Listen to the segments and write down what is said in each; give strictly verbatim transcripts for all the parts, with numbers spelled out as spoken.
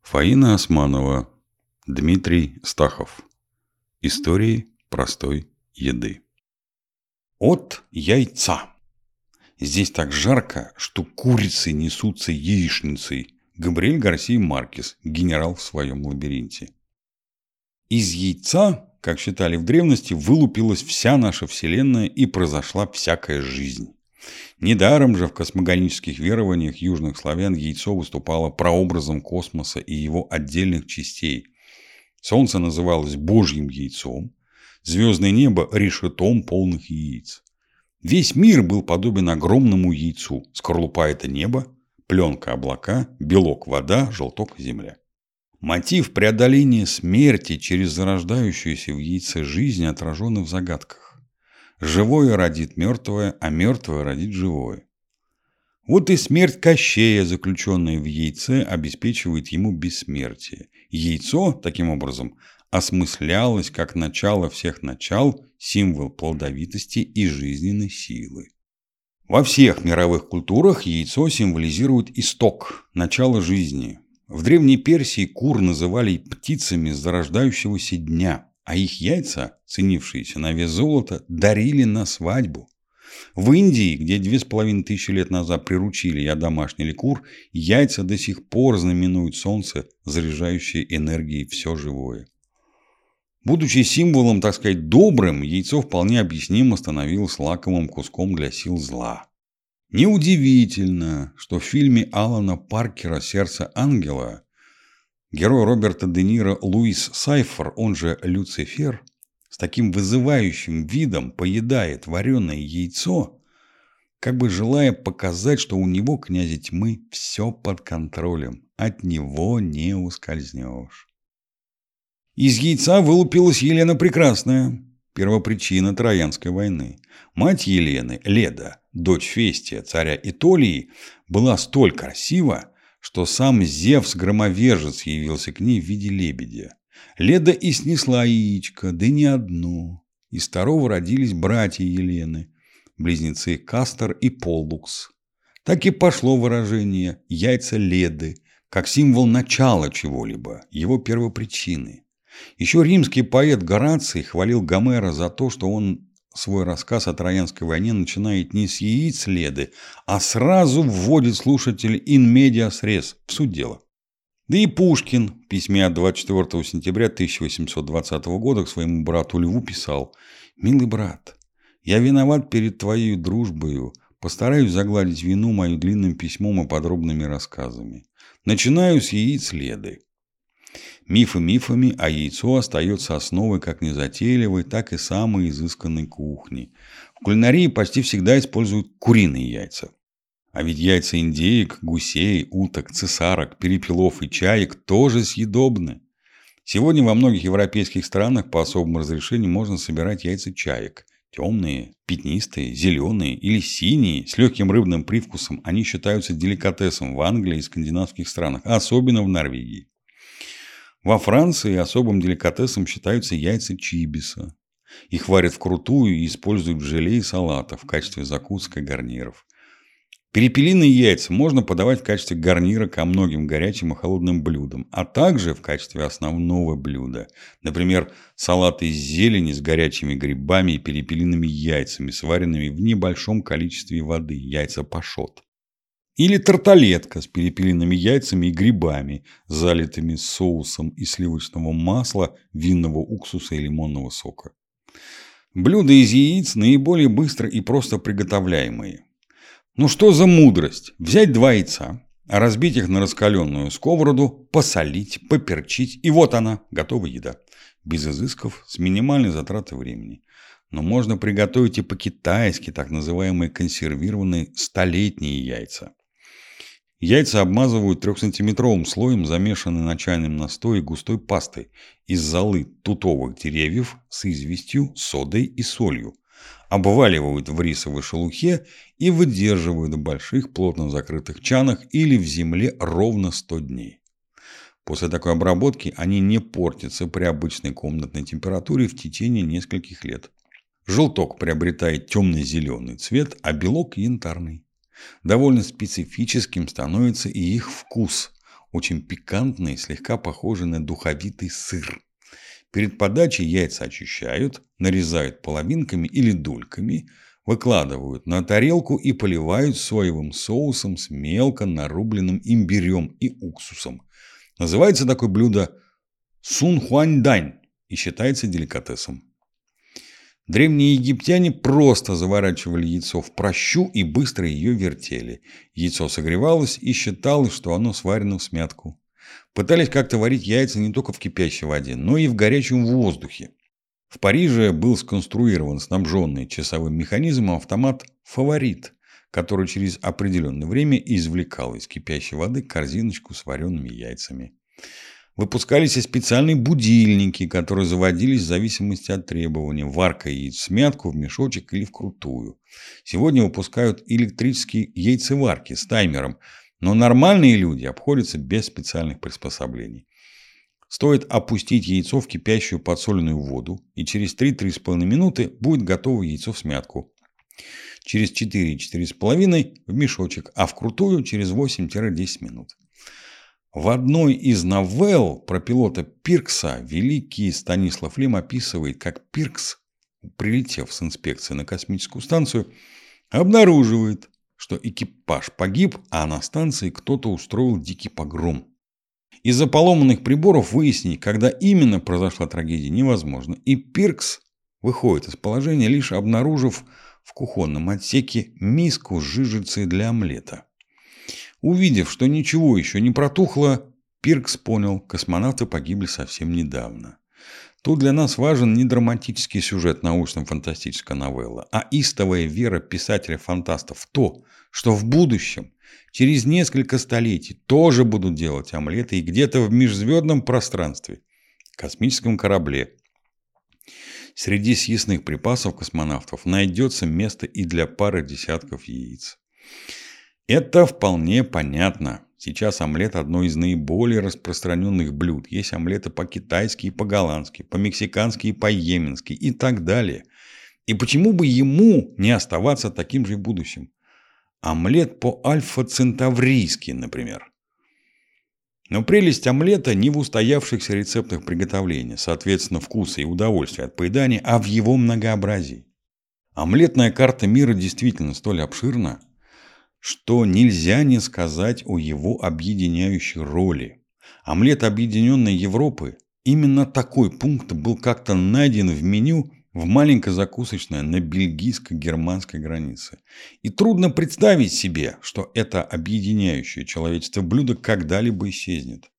Фаина Османова, Дмитрий Стахов. Истории простой еды. От яйца. Здесь так жарко, что курицы несутся яичницей. Габриэль Гарсия Маркес, генерал в своем лабиринте. Из яйца, как считали в древности, вылупилась вся наша Вселенная и произошла всякая жизнь. Недаром же в космогонических верованиях южных славян яйцо выступало прообразом космоса и его отдельных частей. Солнце называлось Божьим яйцом, звездное небо – решетом полных яиц. Весь мир был подобен огромному яйцу. Скорлупа – это небо, пленка – облака, белок – вода, желток – земля. Мотив преодоления смерти через зарождающуюся в яйце жизнь отражен в загадках. Живое родит мертвое, а мертвое родит живое. Вот и смерть Кощея, заключенная в яйце, обеспечивает ему бессмертие. Яйцо, таким образом, осмыслялось как начало всех начал, символ плодовитости и жизненной силы. Во всех мировых культурах яйцо символизирует исток, начало жизни. В Древней Персии кур называли птицами зарождающегося дня, а их яйца, ценившиеся на вес золота, дарили на свадьбу. В Индии, где две с половиной тысячи лет назад приручили и одомашнили кур, яйца до сих пор знаменуют солнце, заряжающее энергией все живое. Будучи символом, так сказать, добрым, яйцо вполне объяснимо становилось лакомым куском для сил зла. Неудивительно, что в фильме Алана Паркера «Сердце ангела» герой Роберта Де Ниро Луис Сайфер, он же Люцифер, с таким вызывающим видом поедает вареное яйцо, как бы желая показать, что у него, князя тьмы, все под контролем, от него не ускользнешь. Из яйца вылупилась Елена Прекрасная, первопричина Троянской войны. Мать Елены, Леда, дочь Фестия, царя Итолии, была столь красива, что сам Зевс-громовержец явился к ней в виде лебедя. Леда и снесла яичко, да не одно. Из второго родились братья Елены, близнецы Кастор и Поллукс. Так и пошло выражение «яйца Леды», как символ начала чего-либо, его первопричины. Еще римский поэт Гораций хвалил Гомера за то, что он свой рассказ о Троянской войне начинает не с яиц Леды, а сразу вводит слушателя in medias res, в суть дела. Да и Пушкин в письме от двадцать четвёртого сентября тысяча восемьсот двадцатого года к своему брату Льву писал: «Милый брат, я виноват перед твоей дружбою, постараюсь загладить вину мою длинным письмом и подробными рассказами. Начинаю с яиц Леды». Мифы мифами, а яйцо остается основой как незатейливой, так и самой изысканной кухни. В кулинарии почти всегда используют куриные яйца. А ведь яйца индеек, гусей, уток, цесарок, перепелов и чаек тоже съедобны. Сегодня во многих европейских странах по особым разрешениям можно собирать яйца чаек. Темные, пятнистые, зеленые или синие, с легким рыбным привкусом, они считаются деликатесом в Англии и скандинавских странах, особенно в Норвегии. Во Франции особым деликатесом считаются яйца чибиса. Их варят вкрутую и используют в желе и салатах в качестве закусок и гарниров. Перепелиные яйца можно подавать в качестве гарнира ко многим горячим и холодным блюдам, а также в качестве основного блюда. Например, салат из зелени с горячими грибами и перепелиными яйцами, сваренными в небольшом количестве воды, яйца пашот. Или тарталетка с перепелиными яйцами и грибами, залитыми соусом из сливочного масла, винного уксуса и лимонного сока. Блюда из яиц наиболее быстро и просто приготовляемые. Ну что за мудрость? Взять два яйца, разбить их на раскаленную сковороду, посолить, поперчить, и вот она, готовая еда. Без изысков, с минимальной затратой времени. Но можно приготовить и по-китайски так называемые консервированные столетние яйца. Яйца обмазывают трехсантиметровым слоем, замешанной на чайном настое густой пастой из золы тутовых деревьев с известью, содой и солью. Обваливают в рисовой шелухе и выдерживают в больших плотно закрытых чанах или в земле ровно сто дней. После такой обработки они не портятся при обычной комнатной температуре в течение нескольких лет. Желток приобретает темно-зеленый цвет, а белок – янтарный. Довольно специфическим становится и их вкус. очень пикантный, слегка похожий на духовитый сыр. Перед подачей яйца очищают, нарезают половинками или дольками, выкладывают на тарелку и поливают соевым соусом с мелко нарубленным имбирем и уксусом. Называется такое блюдо сунхуаньдань и считается деликатесом. Древние египтяне просто заворачивали яйцо в пращу и быстро ее вертели. Яйцо согревалось и считалось, что оно сварено в смятку. Пытались как-то варить яйца не только в кипящей воде, но и в горячем воздухе. В Париже был сконструирован снабженный часовым механизмом автомат «Фаворит», который через определенное время извлекал из кипящей воды корзиночку с вареными яйцами. Выпускались и специальные будильники, которые заводились в зависимости от требований. Варка яиц в смятку, в мешочек или вкрутую. Сегодня выпускают электрические яйцеварки с таймером, но нормальные люди обходятся без специальных приспособлений. Стоит опустить яйцо в кипящую подсоленную воду, и через три-три с половиной минуты будет готово яйцо в смятку. Через четыре-четыре с половиной в мешочек, а вкрутую через восемь-десять минут. В одной из новелл про пилота Пиркса великий Станислав Лем описывает, как Пиркс, прилетев с инспекцией на космическую станцию, обнаруживает, что экипаж погиб, а на станции кто-то устроил дикий погром. Из-за поломанных приборов выяснить, когда именно произошла трагедия, невозможно. И Пиркс выходит из положения, лишь обнаружив в кухонном отсеке миску с жижицей для омлета. Увидев, что ничего еще не протухло, Пиркс понял, космонавты погибли совсем недавно. Тут для нас важен не драматический сюжет научно-фантастической новеллы, а истовая вера писателя-фантастов в то, что в будущем, через несколько столетий, тоже будут делать омлеты и где-то в межзвездном пространстве, космическом корабле. Среди съестных припасов космонавтов найдется место и для пары десятков яиц. Это вполне понятно. Сейчас омлет – одно из наиболее распространенных блюд. Есть омлеты по-китайски и по-голландски, по-мексикански и по-йеменски и так далее. И почему бы ему не оставаться таким же в будущем? Омлет по-альфа-центаврийски, например. Но прелесть омлета не в устоявшихся рецептах приготовления, соответственно, вкуса и удовольствия от поедания, а в его многообразии. Омлетная карта мира действительно столь обширна, что нельзя не сказать о его объединяющей роли. Омлет Объединенной Европы, именно такой пункт был как-то найден в меню в маленькой закусочной на бельгийско-германской границе. И трудно представить себе, что это объединяющее человечество блюдо когда-либо исчезнет.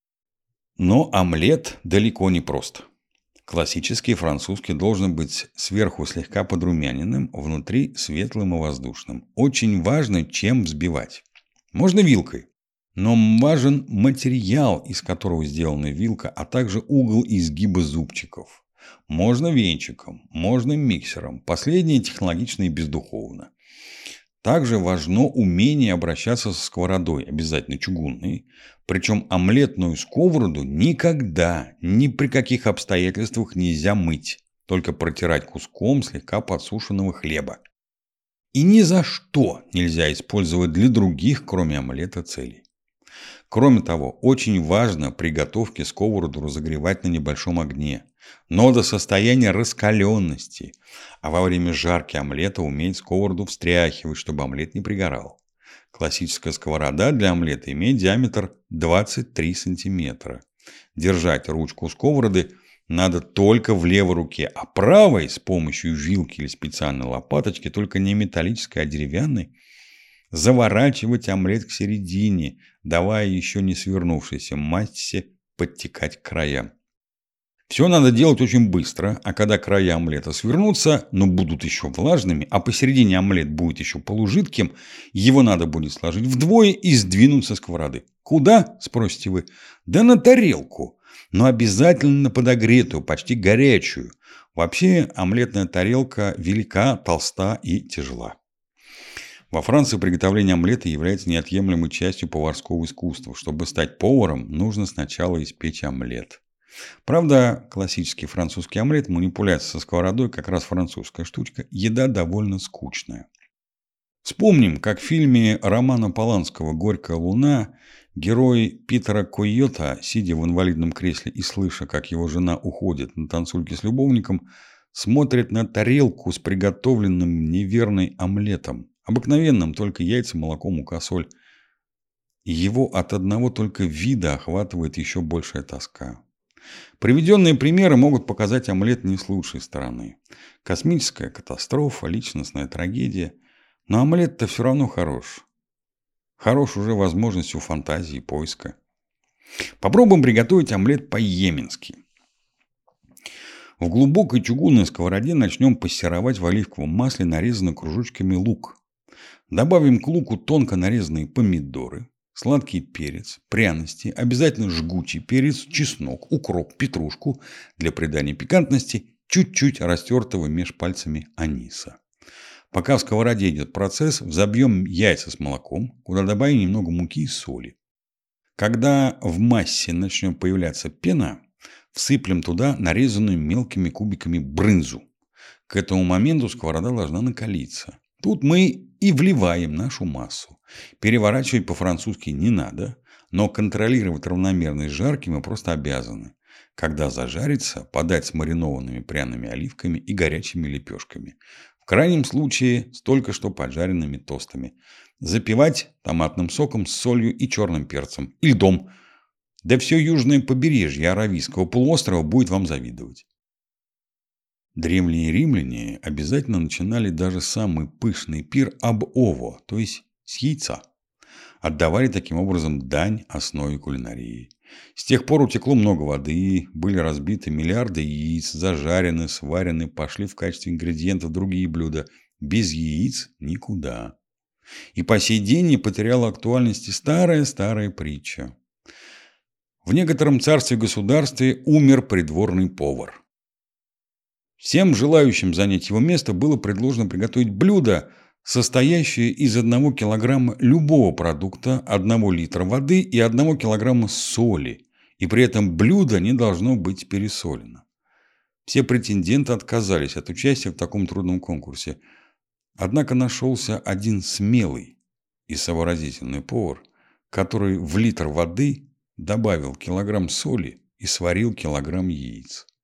Но омлет далеко не прост. Классический французский должен быть сверху слегка подрумяненным, внутри светлым и воздушным. Очень важно, чем взбивать. Можно вилкой, но важен материал, из которого сделана вилка, а также угол изгиба зубчиков. Можно венчиком, можно миксером. Последнее технологично и бездуховно. Также важно умение обращаться со сковородой, обязательно чугунной. Причем омлетную сковороду никогда, ни при каких обстоятельствах нельзя мыть. Только протирать куском слегка подсушенного хлеба. И ни за что нельзя использовать для других, кроме омлета, целей. Кроме того, очень важно при готовке сковороду разогревать на небольшом огне, но до состояния раскаленности, а во время жарки омлета уметь сковороду встряхивать, чтобы омлет не пригорал. Классическая сковорода для омлета имеет диаметр двадцать три сантиметра. Держать ручку сковороды надо только в левой руке, а правой с помощью вилки или специальной лопаточки, только не металлической, а деревянной, заворачивать омлет к середине, давая еще не свернувшейся массе подтекать к краям. Все надо делать очень быстро, а когда края омлета свернутся, но будут еще влажными, а посередине омлет будет еще полужидким, его надо будет сложить вдвое и сдвинуть со сковороды. Куда, спросите вы? Да на тарелку, но обязательно на подогретую, почти горячую. Вообще омлетная тарелка велика, толста и тяжела. Во Франции приготовление омлета является неотъемлемой частью поварского искусства. Чтобы стать поваром, нужно сначала испечь омлет. Правда, классический французский омлет, манипуляция со сковородой, как раз французская штучка, еда довольно скучная. Вспомним, как в фильме Романа Поланского «Горькая луна» Герой Питера Койота, сидя в инвалидном кресле и слыша, как его жена уходит на танцульки с любовником, смотрит на тарелку с приготовленным неверной омлетом, обыкновенным, только яйца, молоко, мука, соль. И его от одного только вида охватывает еще большая тоска. Приведенные примеры могут показать омлет не с лучшей стороны. Космическая катастрофа, личностная трагедия. Но омлет-то все равно хорош. Хорош уже возможностью фантазии и поиска. Попробуем приготовить омлет по-йеменски. В глубокой чугунной сковороде начнем пассеровать в оливковом масле нарезанный кружочками лук. Добавим к луку тонко нарезанные помидоры, сладкий перец, пряности, обязательно жгучий перец, чеснок, укроп, петрушку, для придания пикантности чуть-чуть растертого меж пальцами аниса. Пока в сковороде идет процесс, взобьем яйца с молоком, куда добавим немного муки и соли. Когда в массе начнет появляться пена, всыплем туда нарезанную мелкими кубиками брынзу. К этому моменту сковорода должна накалиться. Тут мы и вливаем нашу массу. Переворачивать по-французски не надо, но контролировать равномерность жарки мы просто обязаны. Когда зажарится, подать с маринованными пряными оливками и горячими лепешками. В крайнем случае с только что поджаренными тостами. Запивать томатным соком с солью и черным перцем. И льдом. Да все южное побережье Аравийского полуострова будет вам завидовать. Древние римляне обязательно начинали даже самый пышный пир об ово, то есть с яйца. Отдавали таким образом дань основе кулинарии. С тех пор утекло много воды, были разбиты миллиарды яиц, зажарены, сварены, пошли в качестве ингредиентов другие блюда. Без яиц никуда. И по сей день не потеряла актуальности старая-старая притча. В некотором царстве-государстве умер придворный повар. Всем желающим занять его место было предложено приготовить блюдо, состоящее из одного килограмма любого продукта, одного литра воды и одного килограмма соли, и при этом блюдо не должно быть пересолено. Все претенденты отказались от участия в таком трудном конкурсе. Однако нашелся один смелый и сообразительный повар, который в литр воды добавил килограмм соли и сварил килограмм яиц.